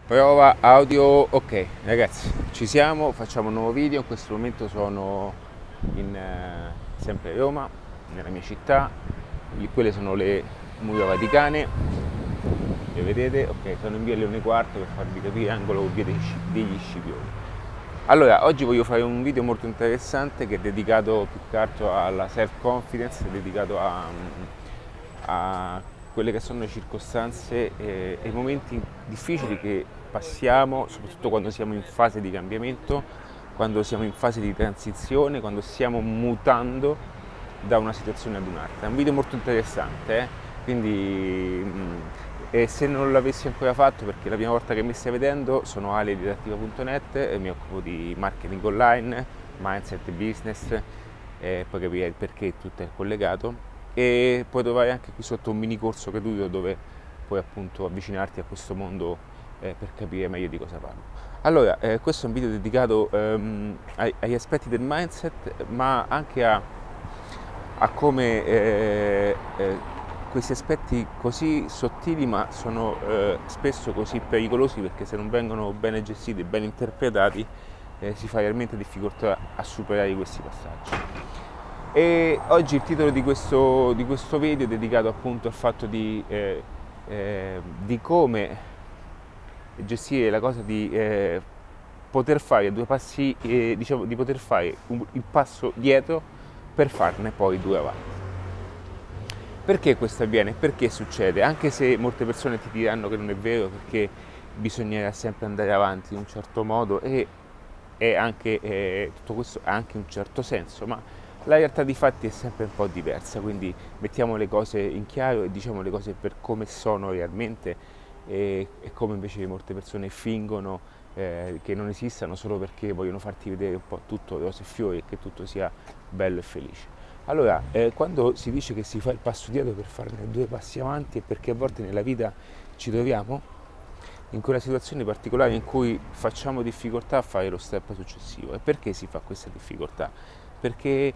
Prova audio, ok ragazzi, ci siamo, facciamo un nuovo video. In questo momento sono sempre a Roma, nella mia città. Quelle sono le mura vaticane, le vedete? Ok, sono in via Leone IV per farvi capire, angolo con via degli Scipioni. Allora, oggi voglio fare un video molto interessante che è dedicato più che altro alla self-confidence, è dedicato a quelle che sono le circostanze e i momenti difficili che passiamo, soprattutto quando siamo in fase di cambiamento, quando siamo in fase di transizione, quando stiamo mutando da una situazione ad un'altra. È un video molto interessante, quindi se non l'avessi ancora fatto, perché è la prima volta che mi stai vedendo, sono Ale di Adattiva.net e mi occupo di marketing online, mindset e business, poi capire il perché tutto è collegato, e puoi trovare anche qui sotto un mini corso gratuito dove puoi appunto avvicinarti a questo mondo per capire meglio di cosa parlo. Allora, questo è un video dedicato agli aspetti del mindset, ma anche a come questi aspetti così sottili ma sono spesso così pericolosi, perché se non vengono bene gestiti e ben interpretati si fa realmente difficoltà a superare questi passaggi. E oggi il titolo di questo video è dedicato appunto al fatto di come gestire la cosa di poter fare due passi, diciamo di poter fare il passo dietro per farne poi due avanti. Perché questo avviene? Perché succede? Anche se molte persone ti diranno che non è vero, perché bisognerà sempre andare avanti in un certo modo e anche tutto questo ha anche un certo senso, ma la realtà di fatti è sempre un po' diversa, quindi mettiamo le cose in chiaro e diciamo le cose per come sono realmente e come invece molte persone fingono che non esistano solo perché vogliono farti vedere un po' tutto rose e fiori e che tutto sia bello e felice. Allora, quando si dice che si fa il passo dietro per farne due passi avanti, è perché a volte nella vita ci troviamo in quella situazione particolare in cui facciamo difficoltà a fare lo step successivo. E perché si fa questa difficoltà? Perché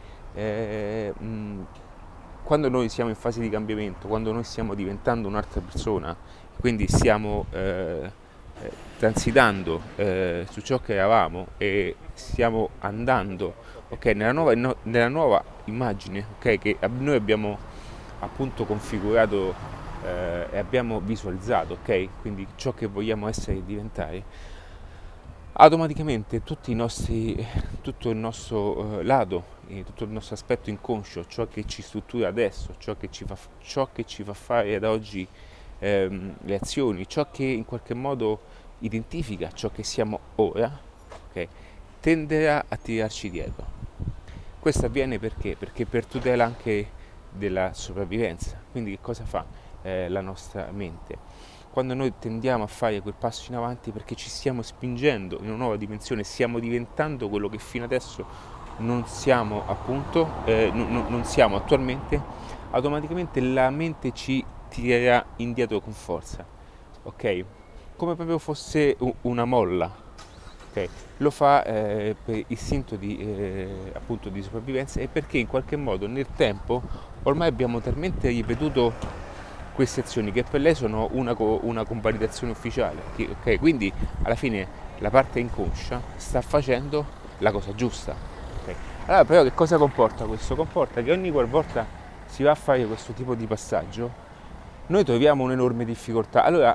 quando noi siamo in fase di cambiamento, quando noi stiamo diventando un'altra persona, quindi stiamo transitando su ciò che eravamo e stiamo andando nella nuova immagine, che noi abbiamo appunto configurato e abbiamo visualizzato, quindi ciò che vogliamo essere e diventare, automaticamente tutto il nostro lato, tutto il nostro aspetto inconscio, ciò che ci struttura adesso, ciò che ci fa fare ad oggi le azioni, ciò che in qualche modo identifica ciò che siamo ora, tenderà a tirarci dietro. Questo avviene perché? Perché per tutela anche della sopravvivenza. Quindi che cosa fa la nostra mente? Quando noi tendiamo a fare quel passo in avanti, perché ci stiamo spingendo in una nuova dimensione, stiamo diventando quello che fino adesso non siamo appunto, non siamo attualmente, automaticamente la mente ci tirerà indietro con forza, ok? Come proprio fosse una molla, ok? Lo fa per istinto appunto di sopravvivenza, e perché in qualche modo nel tempo ormai abbiamo talmente ripetuto queste azioni che per lei sono una convalidazione ufficiale, ok? Quindi alla fine la parte inconscia sta facendo la cosa giusta, okay? Allora però che cosa comporta questo? Comporta che ogni qualvolta si va a fare questo tipo di passaggio noi troviamo un'enorme difficoltà. Allora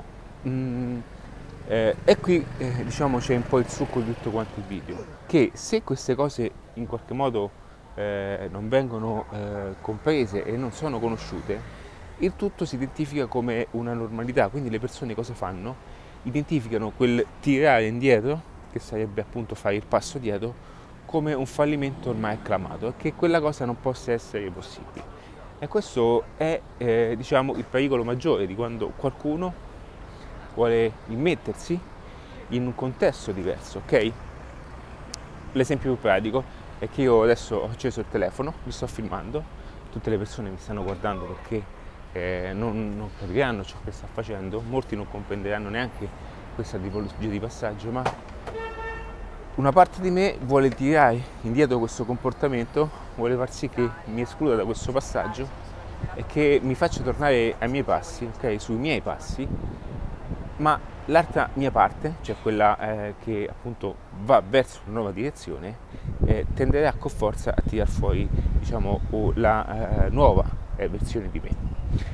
e qui diciamo c'è un po' il succo di tutto quanto il video, che se queste cose in qualche modo non vengono comprese e non sono conosciute, il tutto si identifica come una normalità. Quindi le persone cosa fanno? Identificano quel tirare indietro, che sarebbe appunto fare il passo dietro, come un fallimento ormai acclamato, e che quella cosa non possa essere possibile. E questo è diciamo il pericolo maggiore di quando qualcuno vuole immettersi in un contesto diverso, ok? L'esempio più pratico è che io adesso ho acceso il telefono, mi sto filmando, tutte le persone mi stanno guardando perché non capiranno ciò che sta facendo, molti non comprenderanno neanche questa tipologia di passaggio, ma una parte di me vuole tirare indietro questo comportamento, vuole far sì che mi escluda da questo passaggio e che mi faccia tornare ai miei passi, ok? Sui miei passi, ma l'altra mia parte, cioè quella che appunto va verso una nuova direzione, tenderà con forza a tirar fuori, diciamo, la nuova versione di me.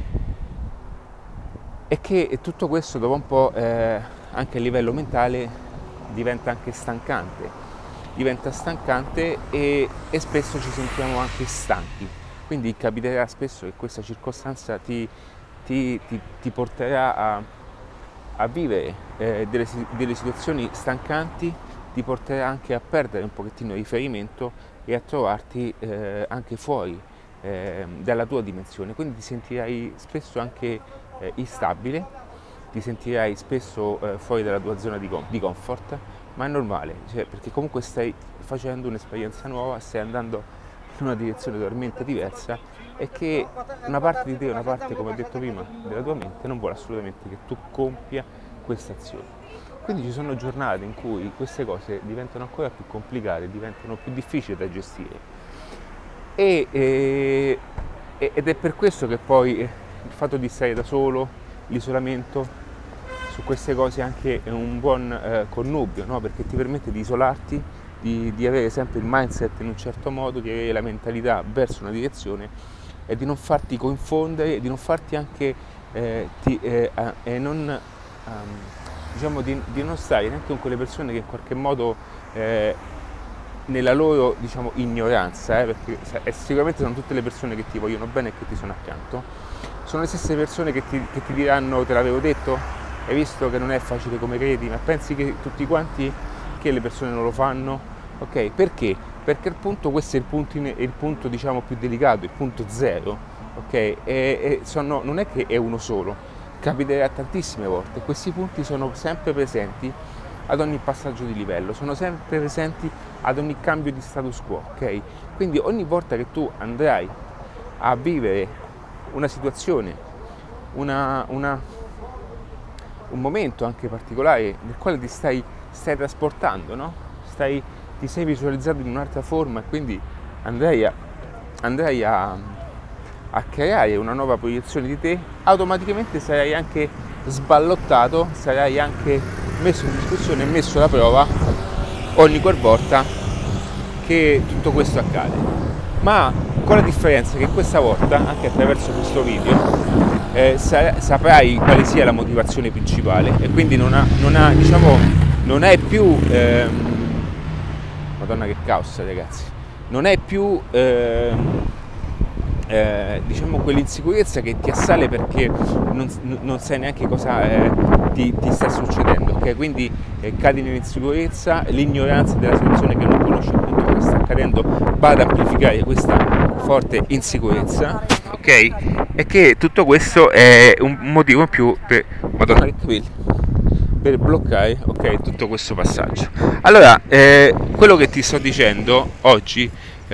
E che tutto questo dopo un po', anche a livello mentale, diventa anche stancante. Diventa stancante e spesso ci sentiamo anche stanchi. Quindi capiterà spesso che questa circostanza ti porterà a vivere delle situazioni stancanti, ti porterà anche a perdere un pochettino il riferimento e a trovarti anche fuori dalla tua dimensione. Quindi ti sentirai spesso anche instabile, ti sentirai spesso fuori dalla tua zona di comfort, ma è normale, cioè, perché comunque stai facendo un'esperienza nuova, stai andando in una direzione totalmente diversa e che una parte di te, una parte, come ho detto prima, della tua mente non vuole assolutamente che tu compia questa azione. Quindi ci sono giornate in cui queste cose diventano ancora più complicate, diventano più difficili da gestire ed è per questo che poi il fatto di stare da solo, l'isolamento, su queste cose anche è un buon connubio, no? Perché ti permette di isolarti, di avere sempre il mindset in un certo modo, di avere la mentalità verso una direzione e di non farti confondere, di non farti anche diciamo di non stare neanche con quelle persone che in qualche modo nella loro, diciamo, ignoranza, perché sicuramente sono tutte le persone che ti vogliono bene e che ti sono accanto, sono le stesse persone che ti diranno: te l'avevo detto, hai visto che non è facile come credi, ma pensi che tutti quanti, che le persone non lo fanno? Ok, perché? Perché appunto questo è il punto diciamo più delicato, il punto zero, ok? Non è che è uno solo, capiterà tantissime volte, questi punti sono sempre presenti ad ogni passaggio di livello, sono sempre presenti ad ogni cambio di status quo, ok? Quindi ogni volta che tu andrai a vivere una situazione, un momento anche particolare nel quale ti stai trasportando, no? Ti sei visualizzato in un'altra forma e quindi andrai a creare una nuova proiezione di te, automaticamente sarai anche sballottato, sarai anche messo in discussione e messo alla prova ogni qualvolta che tutto questo accade. Ma con la differenza che questa volta, anche attraverso questo video, saprai quale sia la motivazione principale e quindi non è più Madonna che caos, ragazzi, non è più diciamo quell'insicurezza che ti assale perché non sai neanche cosa ti sta succedendo, ok? Quindi cadi nell'insicurezza, l'ignoranza della situazione che non conosci, appunto, cosa sta accadendo, va ad amplificare questa forte insicurezza, ok? E che tutto questo è un motivo in più per Madonna che capelli, per bloccare, ok, tutto questo passaggio. Allora, quello che ti sto dicendo oggi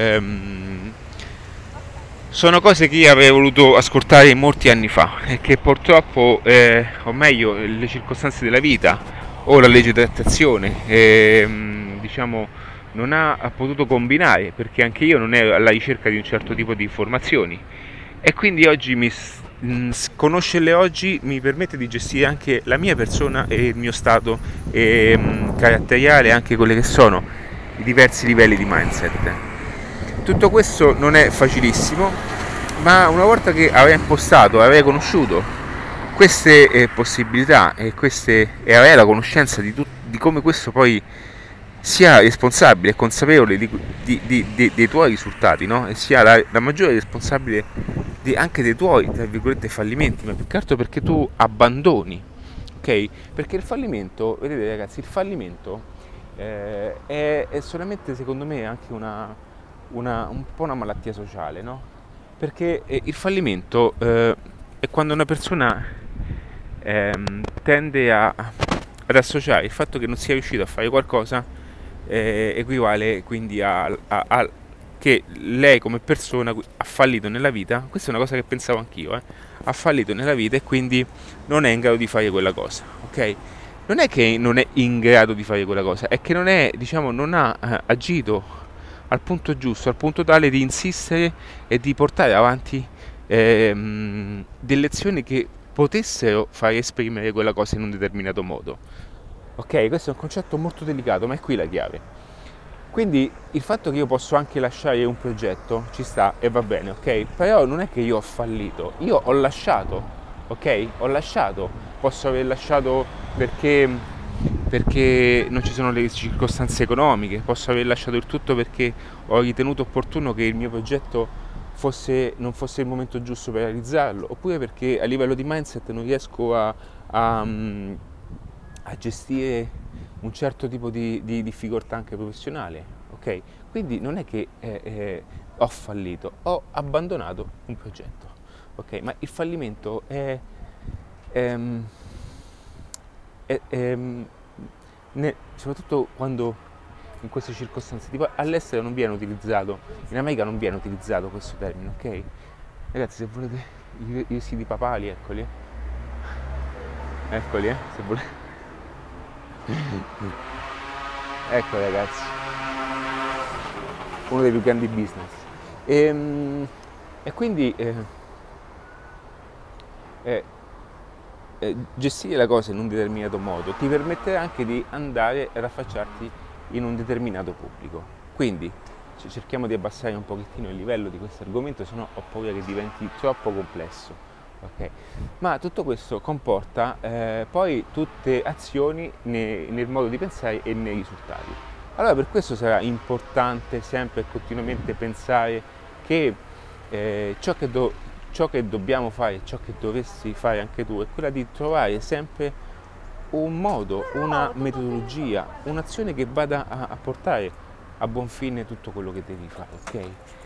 sono cose che io avrei voluto ascoltare molti anni fa e che purtroppo, o meglio, le circostanze della vita o la legge dell'attrazione diciamo non ha potuto combinare, perché anche io non ero alla ricerca di un certo tipo di informazioni e quindi oggi conoscerle oggi mi permette di gestire anche la mia persona e il mio stato caratteriale, anche quelli che sono i diversi livelli di mindset. Tutto questo non è facilissimo, ma una volta che avrei impostato, avrei conosciuto queste possibilità e avrei la conoscenza di come questo poi sia responsabile e consapevole dei tuoi risultati, no? E sia la maggiore responsabile anche dei tuoi, tra virgolette, fallimenti, ma più che altro perché tu abbandoni, ok? Perché il fallimento, vedete ragazzi, il fallimento è solamente, secondo me, anche un po' una malattia sociale, no? Perché il fallimento è quando una persona tende ad associare il fatto che non sia riuscito a fare qualcosa equivale quindi che lei come persona ha fallito nella vita. Questa è una cosa che pensavo anch'io, ha fallito nella vita e quindi non è in grado di fare quella cosa, ok? Non è che non è in grado di fare quella cosa, è che non ha agito al punto giusto, al punto tale di insistere e di portare avanti delle azioni che potessero far esprimere quella cosa in un determinato modo. Ok, questo è un concetto molto delicato, ma è qui la chiave. Quindi il fatto che io posso anche lasciare un progetto ci sta e va bene, ok? Però non è che io ho fallito, io ho lasciato, ok? Ho lasciato, posso aver lasciato perché non ci sono le circostanze economiche, posso aver lasciato il tutto perché ho ritenuto opportuno che il mio progetto non fosse il momento giusto per realizzarlo, oppure perché a livello di mindset non riesco a, a gestire un certo tipo di difficoltà anche professionale, ok? Quindi non è che ho fallito, ho abbandonato un progetto, ok? Ma il fallimento ehm, è soprattutto quando in queste circostanze, tipo all'estero non viene utilizzato, in America non viene utilizzato questo termine, ok? Ragazzi, se volete i vestiti papali, eccoli, se volete. Ecco ragazzi, uno dei più grandi business. E quindi eh, gestire la cosa in un determinato modo ti permetterà anche di andare ad affacciarti in un determinato pubblico. Quindi cerchiamo di abbassare un pochettino il livello di questo argomento, se no ho paura che diventi troppo complesso. Okay. Ma tutto questo comporta poi tutte azioni nel modo di pensare e nei risultati. Allora per questo sarà importante sempre e continuamente pensare che ciò che dobbiamo fare, ciò che dovresti fare anche tu, è quella di trovare sempre un modo, una metodologia, un'azione che vada a portare a buon fine tutto quello che devi fare, ok?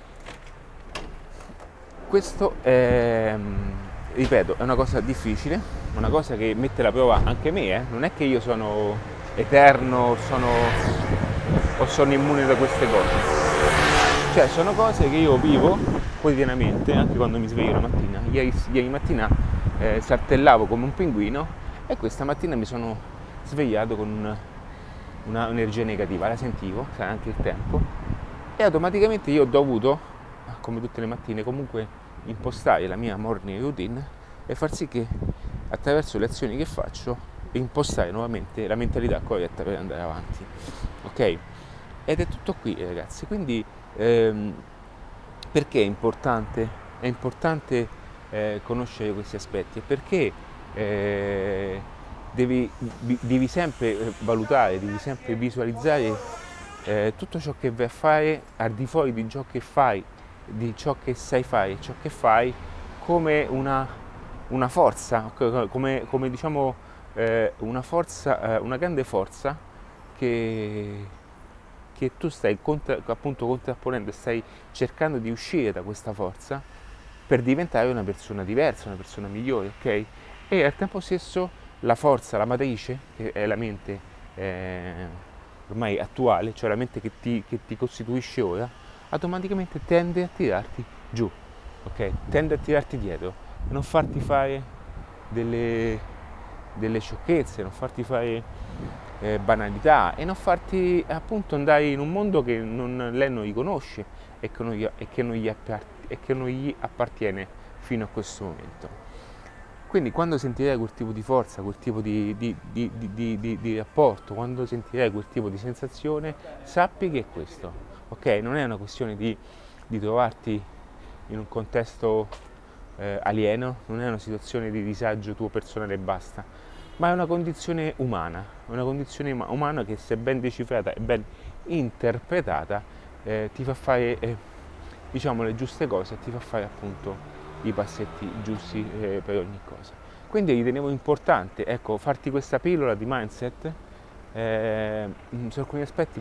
Questo è, ripeto, è una cosa difficile, una cosa che mette alla prova anche me, non è che io sono eterno o sono immune da queste cose. Cioè, sono cose che io vivo quotidianamente, anche quando mi sveglio la mattina. Ieri mattina saltellavo come un pinguino e questa mattina mi sono svegliato con una energia negativa, la sentivo, sai anche il tempo, e automaticamente io ho dovuto, come tutte le mattine, comunque impostare la mia morning routine e far sì che attraverso le azioni che faccio impostare nuovamente la mentalità corretta per andare avanti, ok? Ed è tutto qui ragazzi, quindi perché è importante? È importante conoscere questi aspetti e perché devi sempre valutare, devi sempre visualizzare tutto ciò che vai a fare al di fuori di ciò che fai, di ciò che sai fare, ciò che fai come una forza, come diciamo una forza, una grande forza che, che tu stai appunto contrapponendo e stai cercando di uscire da questa forza per diventare una persona diversa, una persona migliore, ok? E al tempo stesso la forza, la matrice, che è la mente ormai attuale, cioè la mente che ti costituisce ora, automaticamente tende a tirarti giù, ok? Tende a tirarti dietro e non farti fare delle sciocchezze, non farti fare banalità e non farti appunto andare in un mondo che lei non riconosce e che non gli appartiene fino a questo momento. Quindi quando sentirai quel tipo di forza, quel tipo di rapporto, quando sentirai quel tipo di sensazione, sappi che è questo, ok? Non è una questione di trovarti in un contesto alieno, non è una situazione di disagio tuo personale e basta, ma è una condizione umana che se ben decifrata e ben interpretata ti fa fare diciamo le giuste cose e ti fa fare appunto i passetti giusti per ogni cosa. Quindi ritenevo importante, ecco, farti questa pillola di mindset, su alcuni aspetti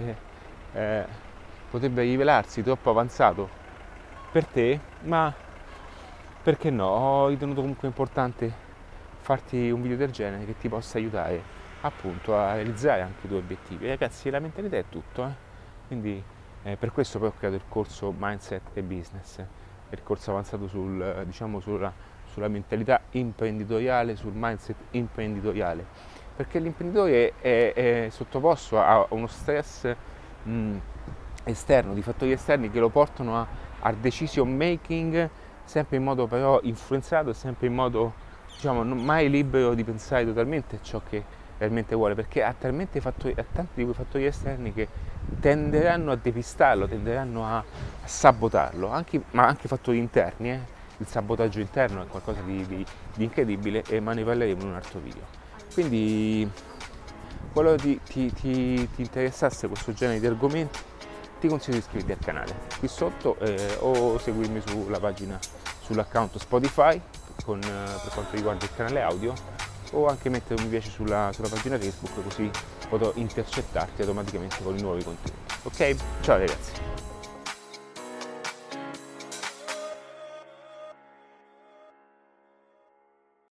potrebbe rivelarsi troppo avanzato per te, ma perché no? Ho ritenuto comunque importante farti un video del genere che ti possa aiutare appunto a realizzare anche i tuoi obiettivi. Ragazzi, la mentalità è tutto, quindi per questo poi ho creato il corso Mindset e Business, il corso avanzato diciamo, sulla mentalità imprenditoriale, sul mindset imprenditoriale, perché l'imprenditore è sottoposto a uno stress esterno, di fattori esterni che lo portano a decision making sempre in modo però influenzato, sempre in modo diciamo, mai libero di pensare totalmente ciò che realmente vuole, perché ha talmente ha tanti di quei fattori esterni che tenderanno a depistarlo, tenderanno a sabotarlo, ma anche fattori interni. Il sabotaggio interno è qualcosa di incredibile, ma ne parleremo in un altro video. Quindi, qualora ti interessasse questo genere di argomenti, ti consiglio di iscriverti al canale qui sotto, o seguirmi sulla pagina, sull'account Spotify per quanto riguarda il canale audio, o anche mettere un mi piace sulla pagina Facebook, così potrò intercettarti automaticamente con i nuovi contenuti. Ok? Ciao ragazzi!